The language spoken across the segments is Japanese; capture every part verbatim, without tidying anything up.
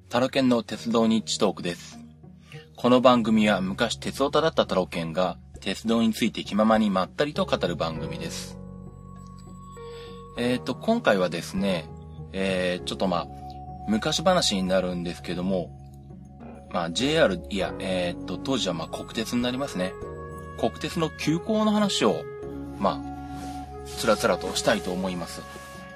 タロケンの鉄道日誌トークです。この番組は昔鉄オタだったタロケンが鉄道について気ままにまったりと語る番組です。えっと、今回はですね、えー、ちょっとまあ、昔話になるんですけども、まあ ジェイアール、いや、えっと、当時はまあ国鉄になりますね。国鉄の急行の話を、まあ、つらつらとしたいと思います。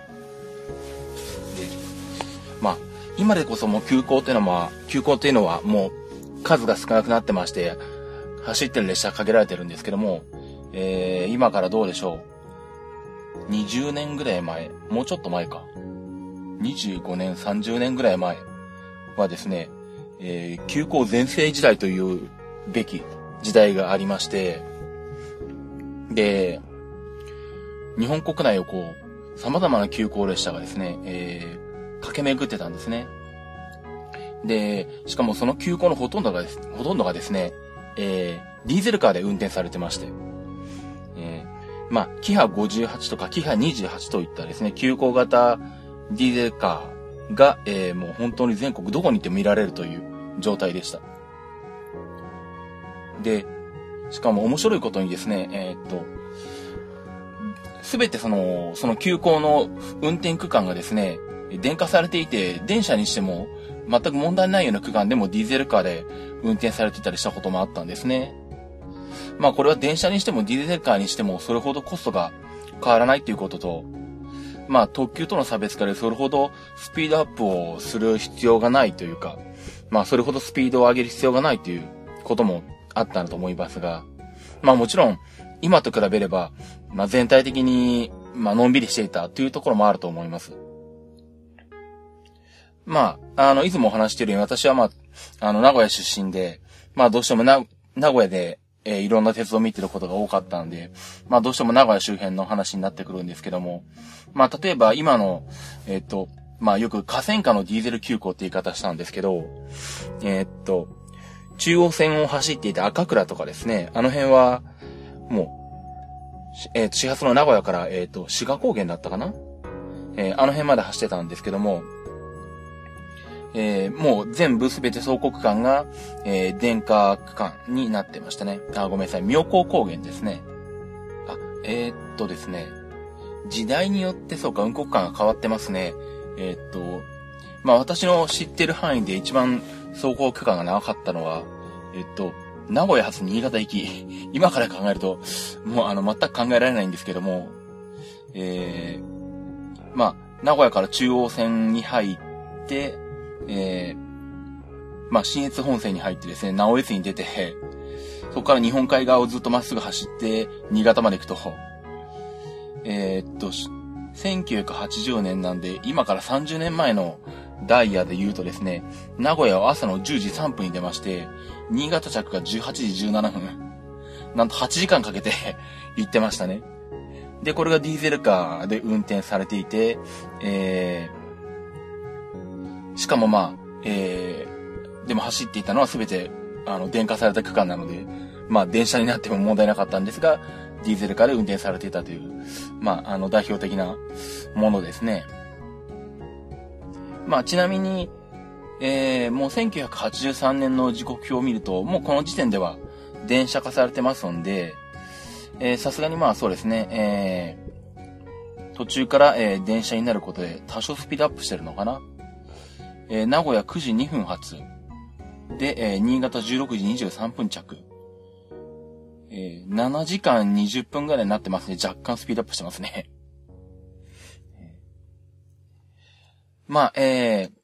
で、まあ、今でこそもう急行っていうのは、急行っていうのはもう数が少なくなってまして、走ってる列車限られてるんですけども、えー、今からどうでしょう。にじゅうねんぐらい前、もうちょっと前か。にじゅうごねん、さんじゅうねんぐらい前はですね、えー、急行全盛時代というべき時代がありまして、で、日本国内をこう、様々な急行列車がですね、えー、駆け巡ってたんですね。で、しかもその急行のほとんどがです、ほとんどがですね、えー、ディーゼルカーで運転されてまして、えー、まあ、キハごじゅうはちとかキハにじゅうはちといったですね、急行型ディーゼルカーが、えー、もう本当に全国どこにいても見られるという状態でした。で、しかも面白いことにですね、えー、っと、すべてその、その急行の運転区間がですね、電化されていて、電車にしても全く問題ないような区間でもディーゼルカーで運転されていたりしたこともあったんですね。まあこれは電車にしてもディーゼルカーにしてもそれほどコストが変わらないということと、まあ特急との差別化でそれほどスピードアップをする必要がないというか、まあそれほどスピードを上げる必要がないということもあったんだと思いますが、まあもちろん今と比べれば、まあ全体的にまあのんびりしていたというところもあると思います。まあ、あの、いつもお話しているように私はまあ、あの、名古屋出身で、まあどうしてもな、名古屋で、えー、いろんな鉄道を見てることが多かったんで、まあどうしても名古屋周辺の話になってくるんですけども、まあ例えば今の、えっと、まあよく河川下のディーゼル急行って言い方したんですけど、えー、っと、中央線を走っていた赤倉とかですね、あの辺は、もう、えー、始発の名古屋から、えー、っと、志賀高原だったかな、えー、あの辺まで走ってたんですけども、えー、もう全部すべて走行区間が、えー、電化区間になってましたね。あ、ごめんなさい。妙高高原ですね。あ、えー、っとですね。時代によってそうか、運行区間が変わってますね。えー、っと、まあ私の知ってる範囲で一番走行区間が長かったのは、えー、っと、名古屋発新潟行き。今から考えると、もうあの、全く考えられないんですけども、えー、まあ、名古屋から中央線に入って、えー、まあ、信越本線に入ってですね、直江津に出て、そこから日本海側をずっとまっすぐ走って、新潟まで行くと、えー、っと、せんきゅうひゃくはちじゅうねんなんで、今からさんじゅうねんまえのダイヤで言うとですね、名古屋は朝のじゅうじさんぷんに出まして、新潟着がじゅうはちじじゅうななふん。なんとはちじかんかけて行ってましたね。で、これがディーゼルカーで運転されていて、えー、しかもまあ、えー、でも走っていたのはすべて、あの、電化された区間なので、まあ、電車になっても問題なかったんですが、ディーゼルカーで運転されていたという、まあ、あの、代表的なものですね。まあ、ちなみに、えー、もうせんきゅうひゃくはちじゅうさんねんの時刻表を見ると、もうこの時点では電車化されてますんで、えー、さすがにまあそうですね、えー、途中から、えー、電車になることで多少スピードアップしてるのかな。えー、名古屋くじにふん発で、えー、新潟じゅうろくじにじゅうさんぷん着、えー、ななじかんにじゅっぷんぐらいになってますね。若干スピードアップしてますね。まあ、えー、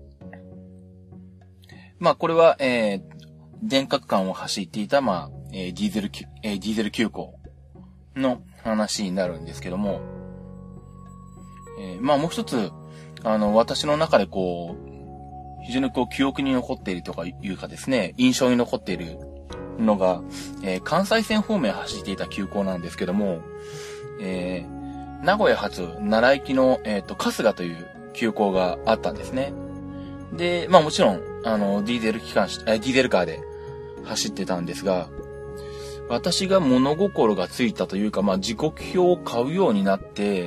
まあこれは、えー、電化区間を走っていた、まあ、えー、ディーゼル、えー、ディーゼル急行の話になるんですけども、えー、まあもう一つ、あの、私の中でこう、非常にこう、記憶に残っているとかいうかですね、印象に残っているのが、えー、関西線方面を走っていた急行なんですけども、えー、名古屋発奈良行きの、えっと、春日という急行があったんですね。で、まあもちろん、あの、ディーゼル機関、え、ディーゼルカーで走ってたんですが、私が物心がついたというか、まあ時刻表を買うようになって、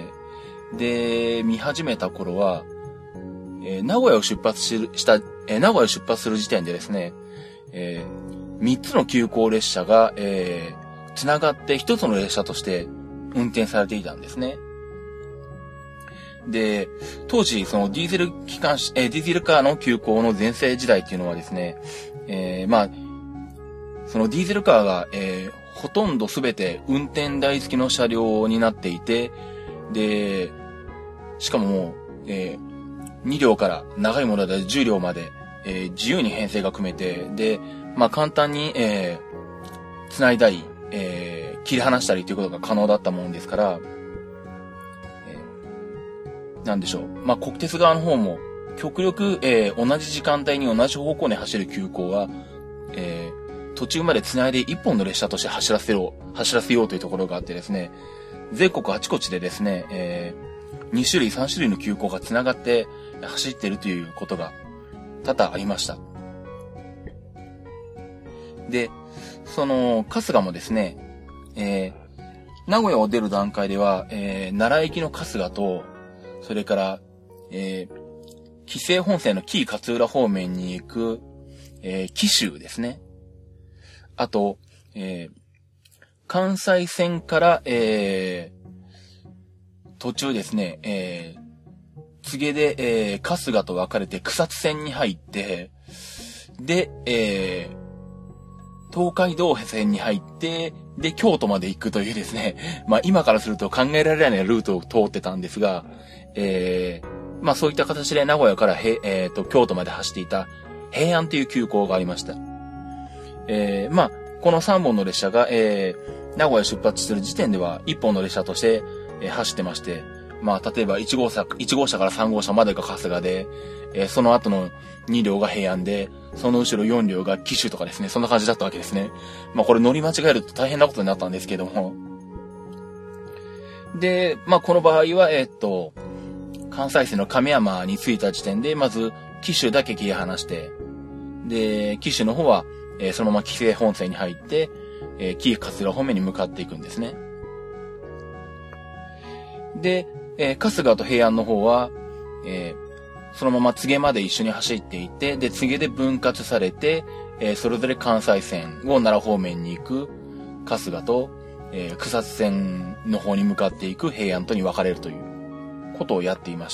で、見始めた頃は、えー、名古屋を出発しした、 えー、名古屋出発する時点でですね、えー、みっつの急行列車が、えー、繋がってひとつの列車として運転されていたんですね。で、当時、そのディーゼル機関車、えー、ディーゼルカーの急行の全盛時代っていうのはですね、えー、まあ、そのディーゼルカーが、えー、ほとんどすべて運転台付きの車両になっていて、で、しかももう、えー、に両から長いものでじゅう両まで、えー、自由に編成が組めて、で、まあ簡単に、えー、繋いだり、えー、切り離したりということが可能だったものですから、えー、なんでしょう。まあ国鉄側の方も、極力、えー、同じ時間帯に同じ方向に走る急行は、えー、途中まで繋いで一本の列車として走らせよう、走らせようというところがあってですね、全国あちこちでですね、えー、に種類さん種類の急行が繋がって走っているということが多々ありました。で、その、春日もですね、えー、名古屋を出る段階では、えー、奈良行きの春日と、それから、えー、紀勢本線の紀伊勝浦方面に行く、えー、紀州ですね。あと、えー、関西線から、えー、途中ですね、えー、柘植で、えー、春日と分かれて草津線に入って、で、えー、東海道線に入って、で、京都まで行くというですね、まあ今からすると考えられないルートを通ってたんですが、えー、まあそういった形で名古屋からへ、えーと、京都まで走っていた平安という急行がありました。えー、まあ、このさんぼんの列車が、えー、名古屋出発する時点ではいっぽんの列車として、えー、走ってまして、まあ、例えばいち号車、いち号車からさん号車までが春日で、えー、その後のに両が平安で、その後ろよん両が紀州とかですね、そんな感じだったわけですね。まあ、これ乗り間違えると大変なことになったんですけども。で、まあ、この場合は、えー、っと、関西線の亀山に着いた時点で、まず、紀州だけ切り離して、で、紀州の方は、えー、そのまま紀勢本線に入って、えー、紀伊勝浦方面に向かっていくんですね。で、えー、春日と平安の方は、えー、そのまま柘植まで一緒に走っていて、で、柘植で分割されて、えー、それぞれ関西線を奈良方面に行く春日と、えー、草津線の方に向かっていく平安とに分かれるということをやっていました。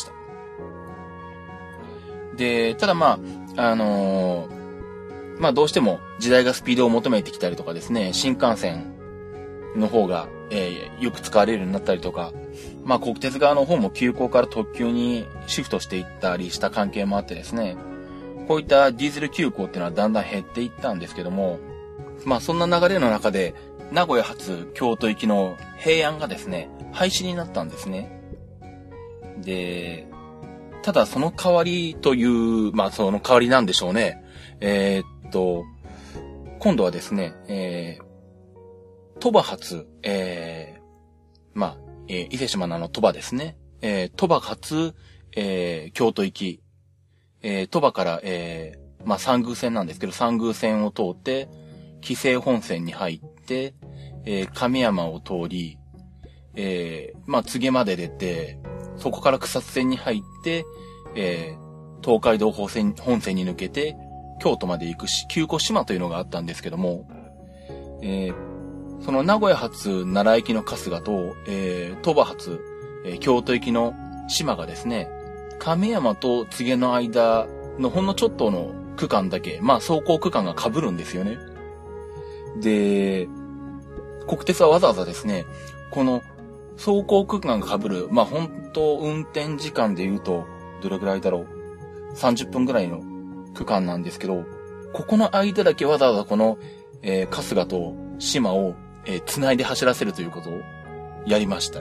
で、ただまあ、あのー、まあどうしても時代がスピードを求めてきたりとかですね、新幹線の方が、えー、よく使われるようになったりとか、まあ国鉄側の方も急行から特急にシフトしていったりした関係もあってですね、こういったディーゼル急行っていうのはだんだん減っていったんですけども、まあそんな流れの中で名古屋発京都行きの平安がですね、廃止になったんですね。で、ただその代わりという、まあその代わりなんでしょうね。えー、っと、今度はですね、えー、鳥羽発、えー、まあ、えー、伊勢島のあの鳥羽ですね。えー、鳥羽発、えー、京都行き、えー、鳥羽から、えー、まあ三宮線なんですけど、三宮線を通って、紀勢本線に入って、えー、亀山を通り、えー、まあ柘植まで出て、そこから草津線に入って、えー、東海道本線、本線に抜けて、京都まで行くし、急行島というのがあったんですけども、えー、その名古屋発奈良行きの春日と、えー、鳥羽発、えー、京都行きの島がですね、亀山と柘植の間のほんのちょっとの区間だけ、まあ走行区間が被るんですよね。で、国鉄はわざわざですね、この走行区間が被る、まあ本当運転時間で言うと、どれくらいだろう、さんじゅっぷんぐらいの区間なんですけど、ここの間だけわざわざこの、えー、春日と島を、えー、繋いで走らせるということをやりました。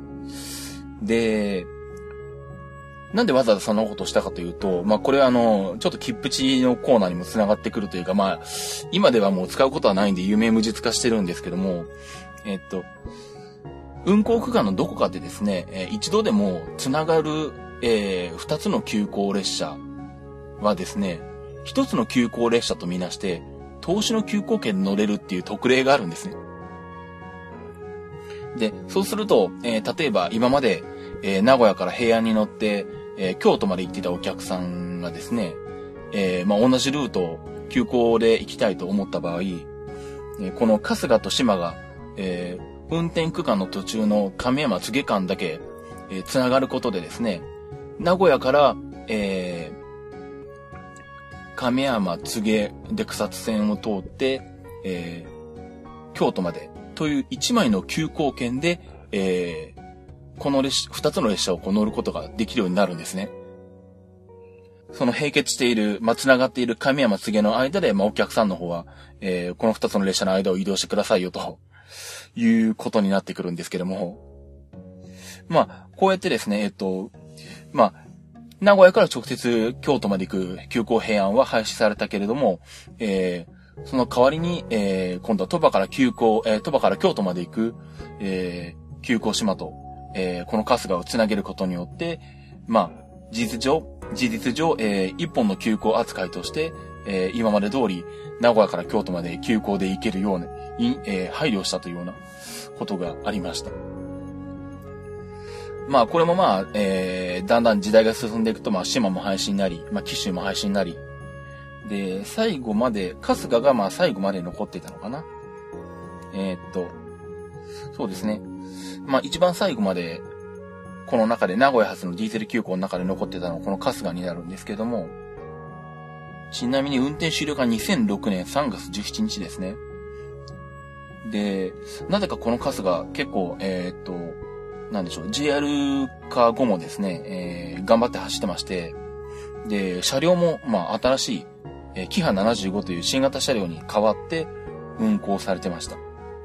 で、なんでわざわざそんなことをしたかというと、まあこれはあの、ちょっと切符値のコーナーにも繋がってくるというか、まあ、今ではもう使うことはないんで有名無実化してるんですけども、えっと、運行区間のどこかでですね、えー、一度でも繋がる、えー、二つの急行列車はですね、一つの急行列車とみなして、投資の急行券に乗れるっていう特例があるんですね。で、そうすると、えー、例えば今まで、えー、名古屋から平安に乗って、えー、京都まで行っていたお客さんがですね、 えー、まあ、同じルートを急行で行きたいと思った場合、この春日と島が、えー、運転区間の途中の亀山柘植間だけ、えー、繋がることでですね、名古屋から、えー、亀山柘植で草津線を通って、えー、京都までという一枚の急行券で、えー、この列車、二つの列車をこう乗ることができるようになるんですね。その並結している、まあ、繋がっている亀山柘植の間で、まあ、お客さんの方は、えー、この二つの列車の間を移動してくださいよ、ということになってくるんですけども。まあ、こうやってですね、えっと、まあ、名古屋から直接京都まで行く急行平安は廃止されたけれども、えー、その代わりに、えー、今度は鳥羽から急行、えー、鳥羽から京都まで行く、えー、急行島と、えー、この春日をつなげることによって、まあ、事実上、事実上、えー、一本の急行扱いとして、えー、今まで通り、名古屋から京都まで急行で行けるように、えー、配慮したというようなことがありました。まあ、これもまあ、えー、だんだん時代が進んでいくと、まあ、島も廃止になり、まあ、紀州も廃止になり、で、最後まで、春日がまあ、最後まで残っていたのかな。えー、っと、そうですね。まあ、一番最後まで、この中で名古屋発のディーゼル急行の中で残ってたのはこの春日になるんですけども、ちなみに運転終了がにせんろくねんさんがつじゅうしちにちですね。で、なぜかこの春日結構、えー、っと、なんでしょう、ジェイアール 化後もですね、えー、頑張って走ってまして、で、車両も、まあ、新しい、えー、キハななじゅうごという新型車両に変わって運行されてました。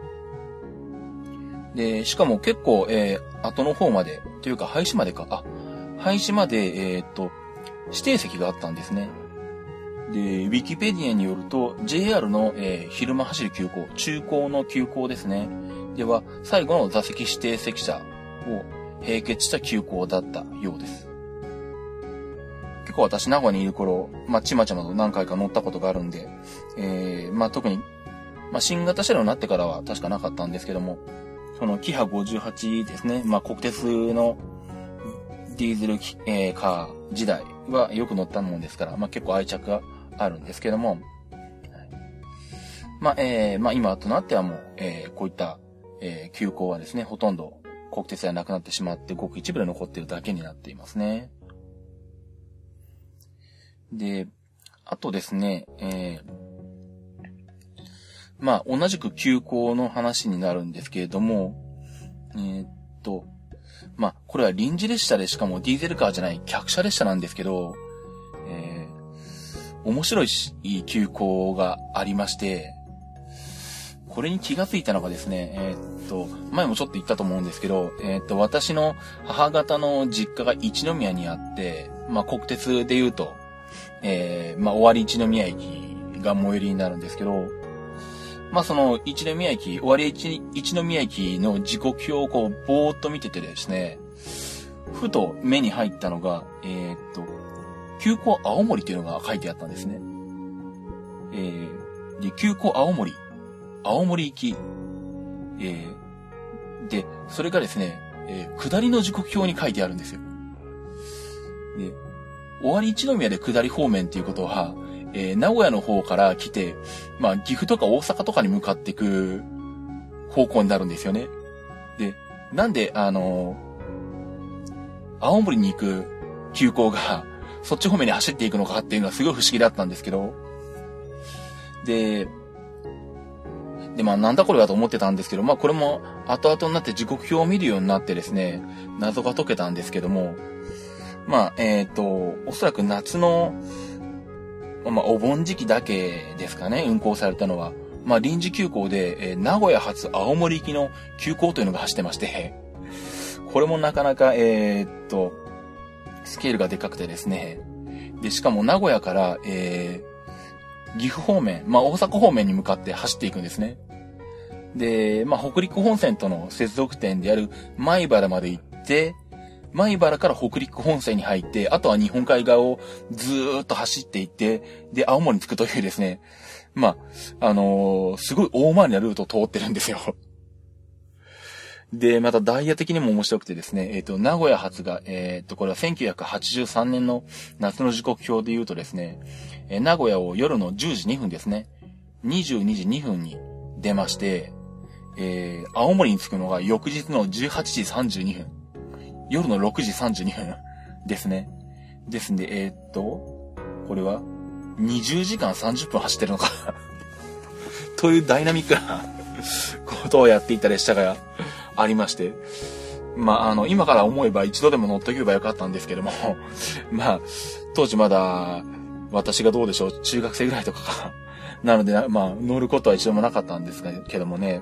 で、しかも結構、えー、後の方まで、というか廃止までか、あ、廃止まで、えー、っと、指定席があったんですね。で、ウィキペディアによると、ジェイアール の、えー、昼間走る急行、中高の急行ですね。では、最後の座席指定席車を並結した急行だったようです。結構私、名古屋にいる頃、まあ、ちまちまと何回か乗ったことがあるんで、えー、まあ、特に、まあ、新型車両になってからは確かなかったんですけども、そのキハごじゅうはちですね。まあ、国鉄のディーゼル、えー、カー時代はよく乗ったもんですから、まあ、結構愛着があるんですけども、まあ、えー、まあ、今となってはもう、えー、こういった、えー、急行はですね、ほとんど国鉄ではなくなってしまって、ごく一部で残っているだけになっていますね。で、あとですね、えー、まあ、同じく急行の話になるんですけれども、えー、っと、まあ、これは臨時列車でしかもディーゼルカーじゃない客車列車なんですけど、えー、面白い急行がありまして、これに気がついたのがですね、えー、っと、前もちょっと言ったと思うんですけど、えー、っと、私の母方の実家が一宮にあって、まあ、国鉄で言うと、えー、まあ、尾張一宮駅が最寄りになるんですけど、まあ、その一宮駅、尾張一, 一宮駅の時刻表をこう、ぼーっと見ててですね、ふと目に入ったのが、えー、っと、急行青森っていうのが書いてあったんですね。えー、で、急行青森、青森行き、えー、で、それがですね、えー、下りの時刻表に書いてあるんですよ。で、尾張一宮で下り方面っていうことは、えー、名古屋の方から来て、まあ、岐阜とか大阪とかに向かっていく方向になるんですよね。で、なんで、あのー、青森に行く急行が、そっち方面に走っていくのかっていうのはすごい不思議だったんですけど、で、で、まあ、なんだこれだと思ってたんですけど、まあ、これも後々になって時刻表を見るようになってですね、謎が解けたんですけども、まあ、えっと、おそらく夏の、まあ、お盆時期だけですかね、運行されたのは。まあ、臨時急行で、えー、名古屋発青森行きの急行というのが走ってまして、これもなかなか、えー、っと、スケールがでかくてですね。で、しかも名古屋から、えー、岐阜方面、まあ、大阪方面に向かって走っていくんですね。で、まあ、北陸本線との接続点である米原まで行って、米原から北陸本線に入って、あとは日本海側をずーっと走っていって、で、青森に着くというですね、まあ、あのー、すごい大回りなルートを通ってるんですよ。 で、またダイヤ的にも面白くてですね、えっと、名古屋発が、えっと、これはせんきゅうひゃくはちじゅうさんねんの夏の時刻表で言うとですね、えー、名古屋を夜のじゅうじにふんですね、にじゅうにじにふんに出まして、えー、青森に着くのが翌日のじゅうはちじさんじゅうにふん。夜のろくじさんじゅうにふんですね。ですんで、えー、っと、これはにじゅうじかんさんじゅっぷん走ってるのかというダイナミックなことをやっていた列車がありまして、まあ、あの、今から思えば一度でも乗っておけばよかったんですけども、まあ、当時まだ、私がどうでしょう、中学生ぐらいとかか。なので、まあ、乗ることは一度もなかったんですけどもね。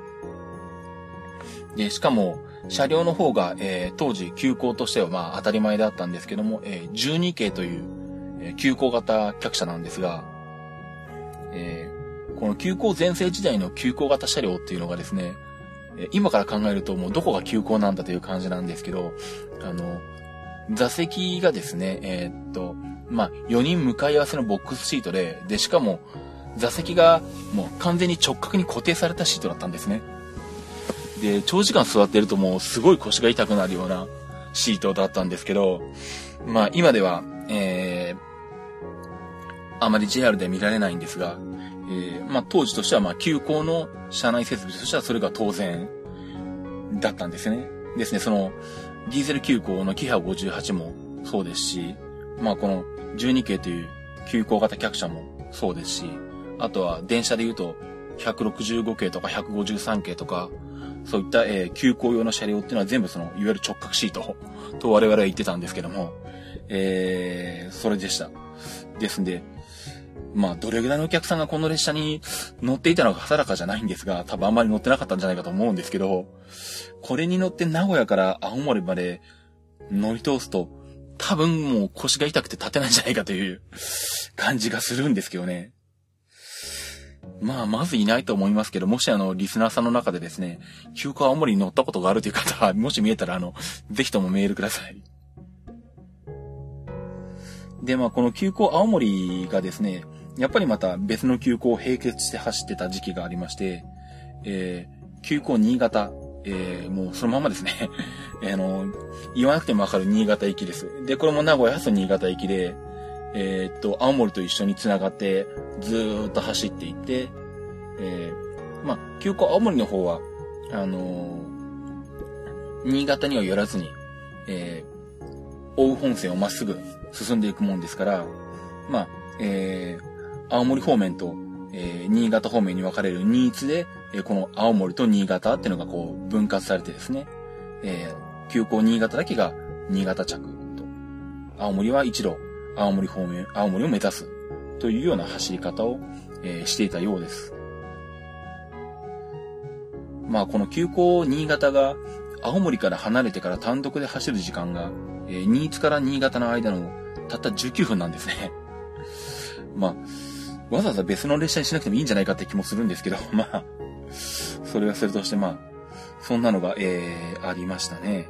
で、しかも、車両の方が、えー、当時、急行としてはまあ、当たり前だったんですけども、えー、じゅうにけいという、えー、急行型客車なんですが、えー、この急行全盛時代の急行型車両っていうのがですね、今から考えるともうどこが急行なんだという感じなんですけど、あの、座席がですね、えー、っと、まあ、よにん向かい合わせのボックスシートで、で、しかも、座席がもう完全に直角に固定されたシートだったんですね。で、長時間座ってるともうすごい腰が痛くなるようなシートだったんですけど、まあ、今では、えー、あまり ジェイアール で見られないんですが、えー、まあ、当時としては、まあ、急行の車内設備としてはそれが当然だったんですね。ですね、その、ディーゼル急行のキハごじゅうはちもそうですし、まあ、このじゅうにけいという急行型客車もそうですし、あとは電車で言うとひゃくろくじゅうごけいとかひゃくごじゅうさんけいとか、そういった、えー、急行用の車両っていうのは全部その、いわゆる直角シートと我々は言ってたんですけども、えー、それでした。ですんで、まあ、どれぐらいのお客さんがこの列車に乗っていたのか定かじゃないんですが、多分あんまり乗ってなかったんじゃないかと思うんですけど、これに乗って名古屋から青森まで乗り通すと、多分もう腰が痛くて立てないんじゃないかという感じがするんですけどね。まあ、まずいないと思いますけど、もしあの、リスナーさんの中でですね、急行青森に乗ったことがあるという方は、もし見えたらあの、ぜひともメールください。で、まあ、この急行青森がですね、やっぱりまた別の急行を並結して走ってた時期がありまして、えー、急行新潟、えー、もうそのままですね、あの、言わなくてもわかる新潟行きです。で、これも名古屋発新潟行きで、えー、っと、青森と一緒に繋がって、ずーっと走っていって、えー、まあ、急行青森の方は、あのー、新潟には寄らずに、えー、大本線をまっすぐ進んでいくもんですから、まあ、えー、青森方面と、えー、新潟方面に分かれる新津で、えー、この青森と新潟っていうのがこう分割されてですね、えー、急行新潟だけが新潟着と、青森は一路青森方面、青森を目指すというような走り方を、えー、していたようです。まあこの急行新潟が青森から離れてから単独で走る時間が、えー、新津から新潟の間のたったじゅうきゅうふんなんですね。まあ、わざわざ別の列車にしなくてもいいんじゃないかって気もするんですけど、まあ、それはそれとしてまあ、そんなのが、えー、ありましたね。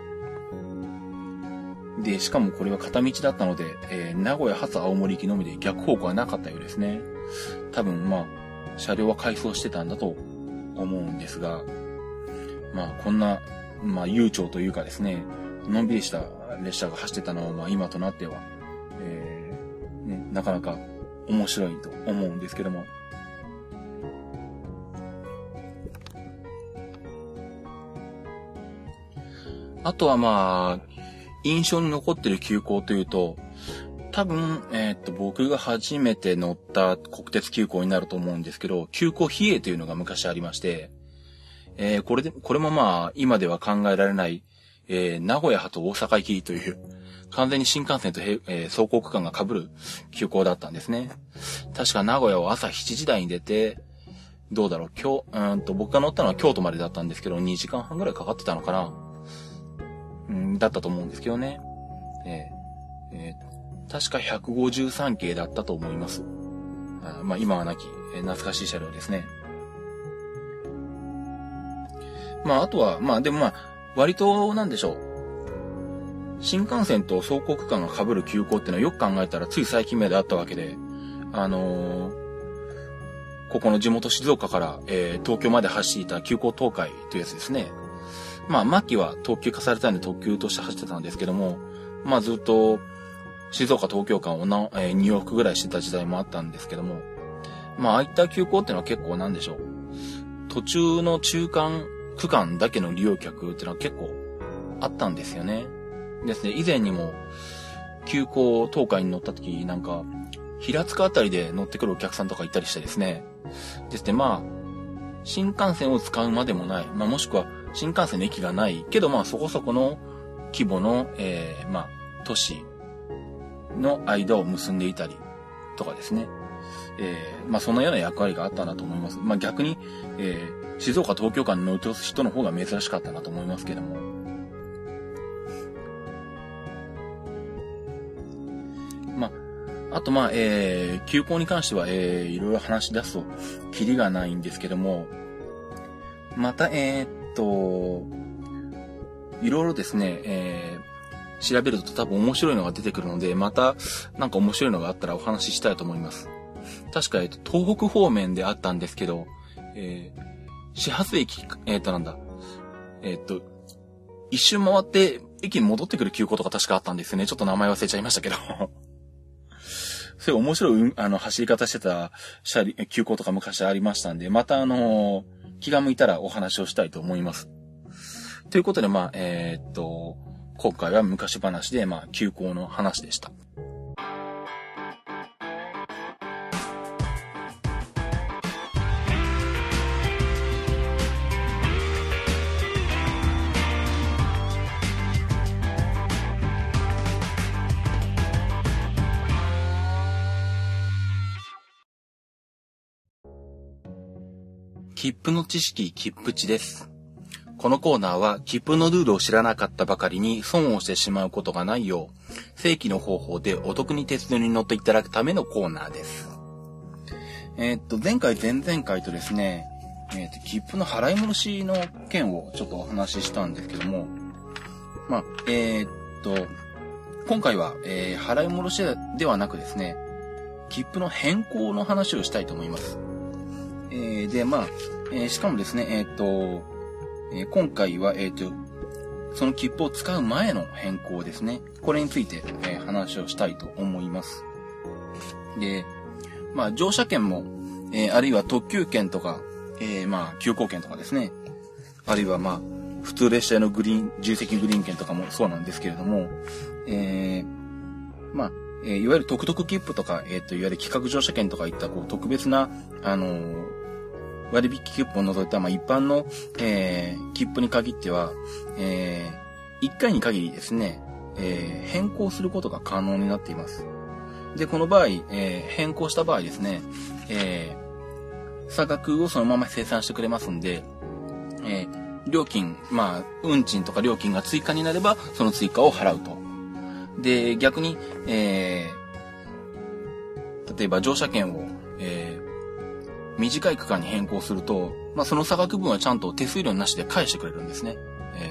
で、しかもこれは片道だったので、えー、名古屋発青森行きのみで逆方向はなかったようですね。多分まあ、車両は改装してたんだと思うんですが、まあ、こんな、まあ、悠長というかですね、のんびりした列車が走ってたのは、まあ、今となっては、えーね、なかなか面白いと思うんですけども。あとはまあ、印象に残ってる急行というと、多分、えー、っと、僕が初めて乗った国鉄急行になると思うんですけど、急行比叡というのが昔ありまして、えー、これで、これもまあ、今では考えられない、えー、名古屋と大阪行きという、完全に新幹線と、えー、走行区間が被る急行だったんですね。確か名古屋を朝しちじ台に出て、どうだろう、今日、うんと、僕が乗ったのは京都までだったんですけど、にじかんはんぐらいかかってたのかな。うん、だったと思うんですけどね。えーえー、確かひゃくごじゅうさんけいだったと思います。あまあ、今はなき、えー、懐かしい車両ですね。まあ、あとは、まあ、でもまあ、割と、なんでしょう。新幹線と走行区間が被る急行っていうのはよく考えたらつい最近まであったわけで、あのー、ここの地元静岡から、えー、東京まで走っていた急行東海というやつですね。 まあ、末期は特急化されたんで特急として走ってたんですけども、まあずっと静岡東京間をな、えー、に往復ぐらいしてた時代もあったんですけども、まあああいった急行っていうのは結構なんでしょう。途中の中間区間だけの利用客っていうのは結構あったんですよね。ですね、以前にも急行東海に乗った時なんか、平塚あたりで乗ってくるお客さんとかいたりしてですね。ですね、まあ、新幹線を使うまでもない。まあもしくは新幹線の駅がないけど、まあそこそこの規模の、えー、まあ、都市の間を結んでいたりとかですね。えー、まあそのような役割があったなと思います。まあ逆に、えー、静岡東京間に乗る人の方が珍しかったなと思いますけども。まあ、あとまあ、えー、急行に関しては、えー、いろいろ話し出すと、キリがないんですけども、また、えー、っと、いろいろですね、えー、調べると多分面白いのが出てくるので、また、なんか面白いのがあったらお話ししたいと思います。確か、えっと、東北方面であったんですけど、えー、始発駅、えー、っとなんだ、えー、っと、一周回って駅に戻ってくる急行とか確かあったんですよね。ちょっと名前忘れちゃいましたけど。そういう面白い、あの、走り方してた車両、急行とか昔ありましたんで、またあのー、気が向いたらお話をしたいと思います。ということで、まあ、えー、っと、今回は昔話で、まあ、急行の話でした。切符の知識、切符値です。このコーナーは、切符のルールを知らなかったばかりに損をしてしまうことがないよう、正規の方法でお得に鉄道に乗っていただくためのコーナーです。えー、っと、前回、前々回とですね、えー、っと、切符の払い戻しの件をちょっとお話ししたんですけども、まあ、えー、っと、今回は、えー、払い戻しではなくですね、切符の変更の話をしたいと思います。えー、で、まあ、えー、しかもですね、えっと、えー、今回は、えっと、その切符を使う前の変更ですね。これについて、えー、話をしたいと思います。で、まあ、乗車券も、えー、あるいは特急券とか、えー、まあ、急行券とかですね。あるいは、まあ、普通列車のグリーン、重積グリーン券とかもそうなんですけれども、えー、まあ、えー、いわゆる特々切符とか、えっと、いわゆる企画乗車券とかいった、こう、特別な、あのー、割引切符を除いた、まあ、一般の、えー、切符に限っては、えー、一回に限りですね、えー、変更することが可能になっています。で、この場合、えー、変更した場合ですね、えー、差額をそのまま生産してくれますんで、えー、料金、まあ、運賃とか料金が追加になれば、その追加を払うと。で、逆に、えー、例えば乗車券を、えー短い区間に変更すると、まあ、その差額分はちゃんと手数料なしで返してくれるんですね。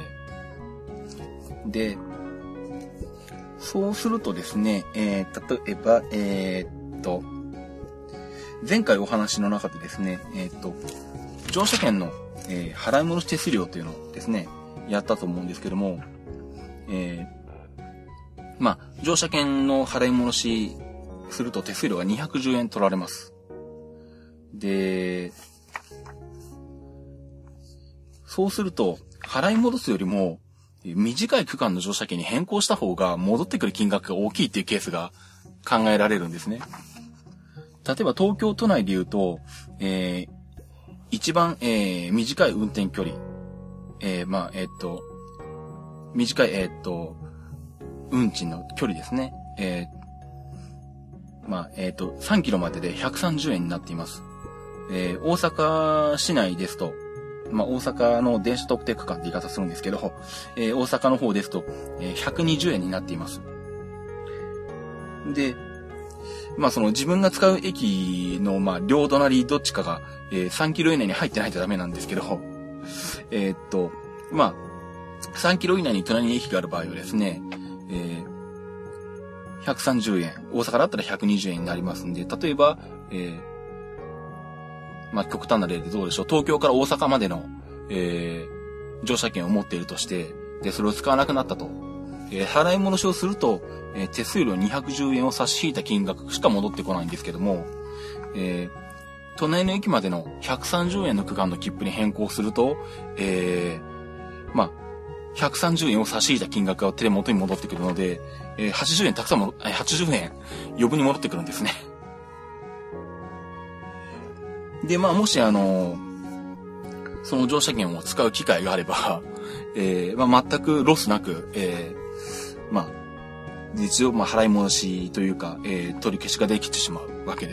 えー、で、そうするとですね、えー、例えば、えー、っと、前回お話の中でですね、えー、っと、乗車券の、えー、払い戻し手数料というのをですね、やったと思うんですけども、えー、まあ、乗車券の払い戻しすると手数料がにひゃくじゅうえん取られます。で、そうすると、払い戻すよりも、短い区間の乗車券に変更した方が戻ってくる金額が大きいっていうケースが考えられるんですね。例えば東京都内で言うと、えー、一番、えー、短い運転距離、えー、まあ、えー、っと、短い、えー、っと、運賃の距離ですね。えー、まあ、えー、っと、さんキロまででひゃくさんじゅうえんになっています。えー、大阪市内ですと、まあ、大阪の電車特定区間って言い方するんですけど、えー、大阪の方ですと、えー、ひゃくにじゅうえんになっています。で、まあ、その自分が使う駅の、まあ、両隣どっちかが、えー、さんキロ以内に入ってないとダメなんですけど、えー、っと、まあ、さんキロ以内に隣に駅がある場合はですね、えー、ひゃくさんじゅうえん、大阪だったらひゃくにじゅうえんになりますんで、例えば、えーまあ、極端な例でどうでしょう。東京から大阪までの、えー、 乗車券を持っているとして、で、それを使わなくなったと。えー、払い戻しをすると、えー、手数料にひゃくじゅうえんを差し引いた金額しか戻ってこないんですけども、えー、隣の駅までのひゃくさんじゅうえんの区間の切符に変更すると、えー、まあ、ひゃくさんじゅうえんを差し引いた金額が手元に戻ってくるので、えー、はちじゅうえんたくさんも、えー、はちじゅうえん余分に戻ってくるんですね。で、まあ、もしあのー、その乗車券を使う機会があれば、えー、まあ、全くロスなく、えー、まあ、実用、まあ、払い戻しというか、えー、取り消しができてしまうわけです。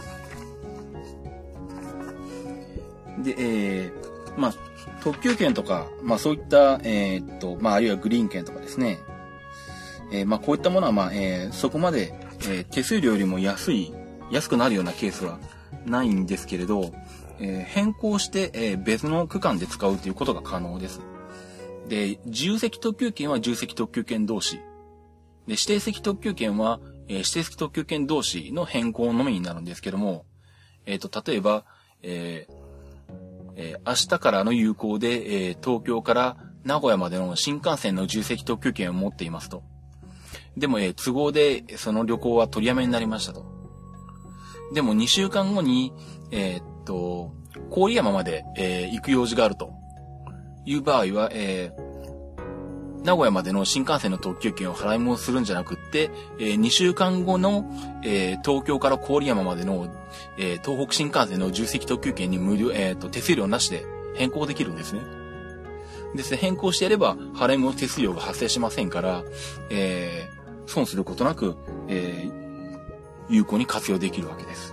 で、えー、まあ、特急券とか、まあ、そういった、えー、っと、まあ、あるいはグリーン券とかですね。えー、まあ、こういったものは、まあ、えー、そこまで、えー、手数料よりも安い、安くなるようなケースはないんですけれど、えー、変更して、えー、別の区間で使うということが可能です。で、自由席特急券は自由席特急券同士。で、指定席特急券は、えー、指定席特急券同士の変更のみになるんですけども、えっと、例えば、えーえー、明日からの有効で、えー、東京から名古屋までの新幹線の自由席特急券を持っていますと。でも、えー、都合でその旅行は取りやめになりましたと。でもにしゅうかんごに、えー、っと、郡山まで、えー、行く用事があるという場合は、えー、名古屋までの新幹線の特急券を払い戻しするんじゃなくって、えー、にしゅうかんごの、えー、東京から郡山までの、えー、東北新幹線の自由席特急券に無料、えー、と手数料なしで変更できるんですね。ですね、変更してやれば払い戻し手数料が発生しませんから、えー、損することなく、えー、有効に活用できるわけです。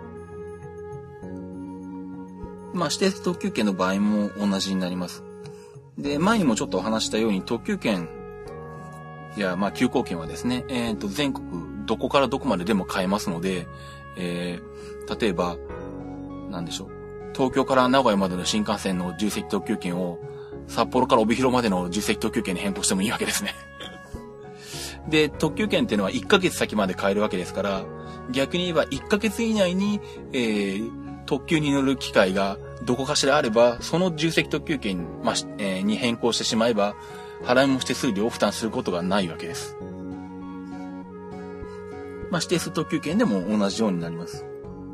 まあ、指定席特急券の場合も同じになります。で、前にもちょっとお話したように特急券や、まあ、急行券はですね、えっと、全国どこからどこまででも買えますので、えー、例えば、なんでしょう。東京から名古屋までの新幹線の自由席特急券を札幌から帯広までの自由席特急券に変更してもいいわけですね。で、特急券っていうのはいっかげつ先まで買えるわけですから、逆に言えばいっかげつ以内に、えー、特急に乗る機会がどこかしらあれば、その自由席特急券に、まあえー、に変更してしまえば、払い戻し手数料を負担することがないわけです。まあ、指定する特急券でも同じようになります。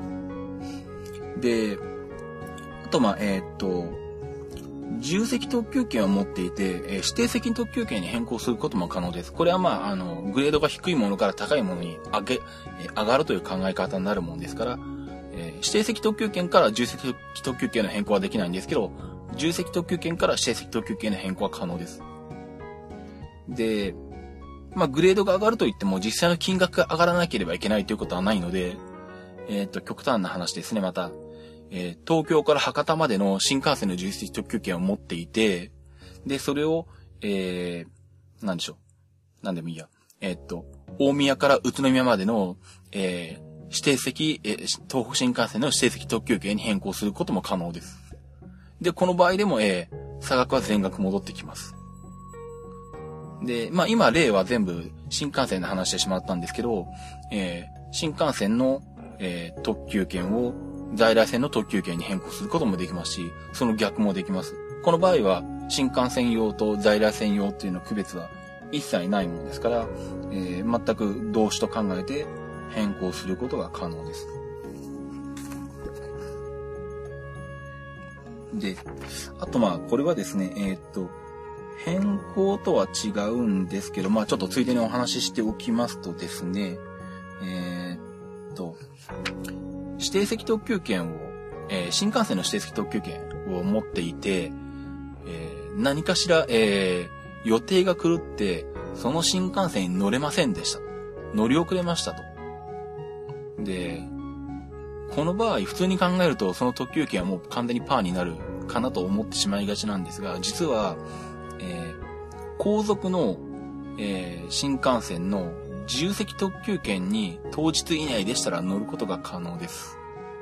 で、あと、まあ、えー、っと、自由席特急券を持っていて、えー、指定席特急券に変更することも可能です。これはまあ、あの、グレードが低いものから高いものに上げ、えー、上がるという考え方になるものですから、えー、指定席特急券から自由席特急券の変更はできないんですけど、自由席特急券から指定席特急券の変更は可能です。で、まあ、グレードが上がるといっても実際の金額が上がらなければいけないということはないので、えっと、極端な話ですね、また。えー、東京から博多までの新幹線の自由席特急券を持っていて、で、それを、えー、なんでしょう。なんでもいいや。えー、っと、大宮から宇都宮までの、えー、指定席、えー、東北新幹線の指定席特急券に変更することも可能です。で、この場合でも、えー、差額は全額戻ってきます。で、まあ今例は全部新幹線の話してしまったんですけど、えー、新幹線の、えー、特急券を在来線の特急券に変更することもできますし、その逆もできます。この場合は新幹線用と在来線用っていうの区別は一切ないものですから、えー、全く同種と考えて変更することが可能です。で、あとまあこれはですね、えー、っと変更とは違うんですけど、まあちょっとついでにお話ししておきますとですね、えー、っと、指定席特急券を、えー、新幹線の指定席特急券を持っていて、えー、何かしら、えー、予定が狂って、その新幹線に乗れませんでした。乗り遅れましたと。で、この場合、普通に考えると、その特急券はもう完全にパーになるかなと思ってしまいがちなんですが、実は、えー、後続の、えー、新幹線の自由席特急券に当日以内でしたら乗ることが可能です。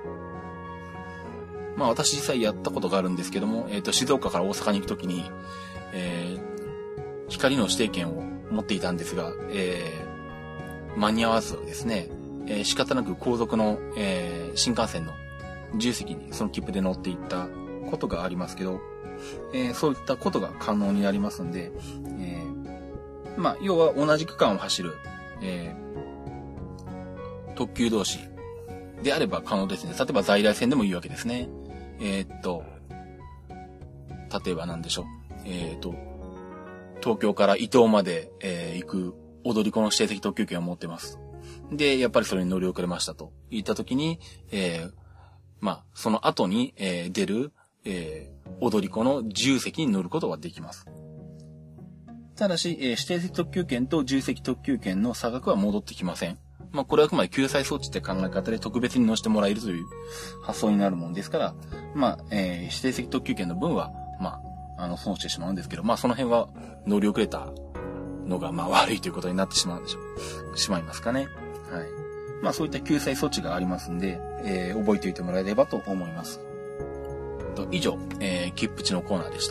まあ私実際やったことがあるんですけども、えっと、静岡から大阪に行くときに、えー、光の指定券を持っていたんですが、えー、間に合わずですね、えー、仕方なく後続の、えー、新幹線の自由席にその切符で乗っていったことがありますけど、 えー、そういったことが可能になりますんで、えー、まあ、要は同じ区間を走る、えー、特急同士であれば可能ですね。例えば在来線でもいいわけですね。えー、っと、例えば何でしょう。えー、っと、東京から伊東まで、えー、行く踊り子の指定席特急券を持ってます。で、やっぱりそれに乗り遅れましたと言ったときに、えー、まあ、その後に、えー、出る、えー、踊り子の自由席に乗ることができます。ただし、えー、指定席特急券と自由席特急券の差額は戻ってきません。まあ、これはあくまで救済措置って考え方で特別に乗せてもらえるという発想になるもんですから、まあ、えー、指定席特急券の分は、まあ、あの、損してしまうんですけど、まあ、その辺は乗り遅れたのが、まあ、悪いということになってしまうんでしょう。しまいますかね。はい。まあ、そういった救済措置がありますんで、えー、覚えておいてもらえればと思います。と以上、えー、切符地のコーナーでした。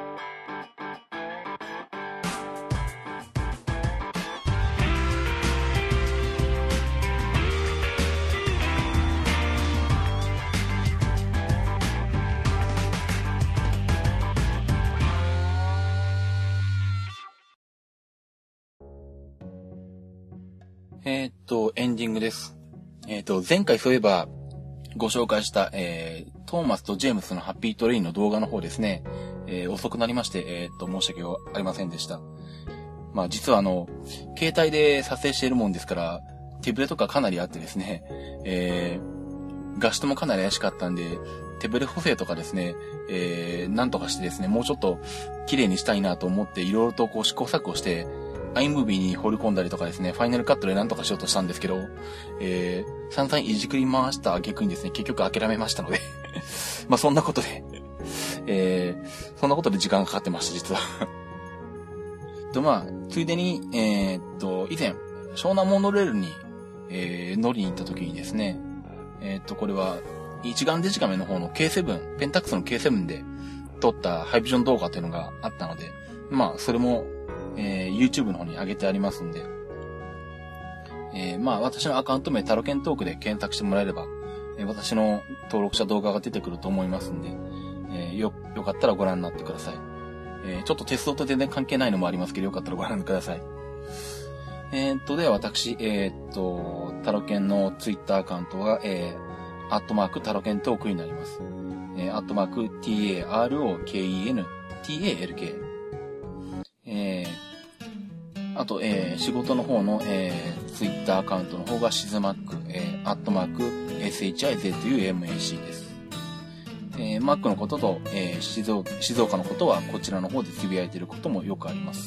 えー、っと、エンディングです。えー、っと、前回そういえばご紹介した、えー、トーマスとジェームスのハッピートレインの動画の方ですね、えー、遅くなりまして、えー、っと、申し訳ありませんでした。まあ、実はあの、携帯で撮影しているもんですから、手ブレとかかなりあってですね、えー、画質もかなり怪しかったんで、手ブレ補正とかですね、えー、なんとかしてですね、もうちょっと綺麗にしたいなと思って、いろいろとこう試行錯誤して、iMovie に放り込んだりとかですね、ファイナルカットでなんとかしようとしたんですけど、えー、散々いじくり回した挙句にですね、結局諦めましたので、まあそんなことで、えー、そんなことで時間がかかってました、実は。と、まあ、ついでに、えー、っと、以前、湘南モノレールに、えー、乗りに行った時にですね、えー、っと、これは、一眼デジカメの方の ケーセブン、ペンタックスの ケーセブン で撮ったハイビジョン動画というのがあったので、まあ、それも、えー、YouTube の方に上げてありますんで、えー、まあ私のアカウント名タロケントークで検索してもらえれば、えー、私の登録した動画が出てくると思いますんで、えー、よ、よかったらご覧になってください。えー、ちょっと鉄道と全然関係ないのもありますけど、よかったらご覧ください。えー、っと、では私、えー、っと、タロケンのツイッターアカウントは、えー、アットマークタロケントークになります。えー、アットマーク タロケントーク。えー、あと、えー、仕事の方の、えー、ツイッターアカウントの方がシズマック、えー、アットマーク、エスエイチアイゼットユーエムエーシー です。えー、マックのことと、えー、静岡、静岡のことはこちらの方でつぶやいていることもよくあります。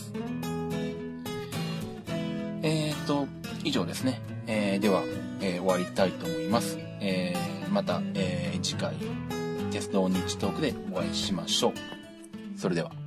えーと、以上ですね。えー、では、えー、終わりたいと思います。えー、また、えー、次回、鉄道日トークでお会いしましょう。それでは。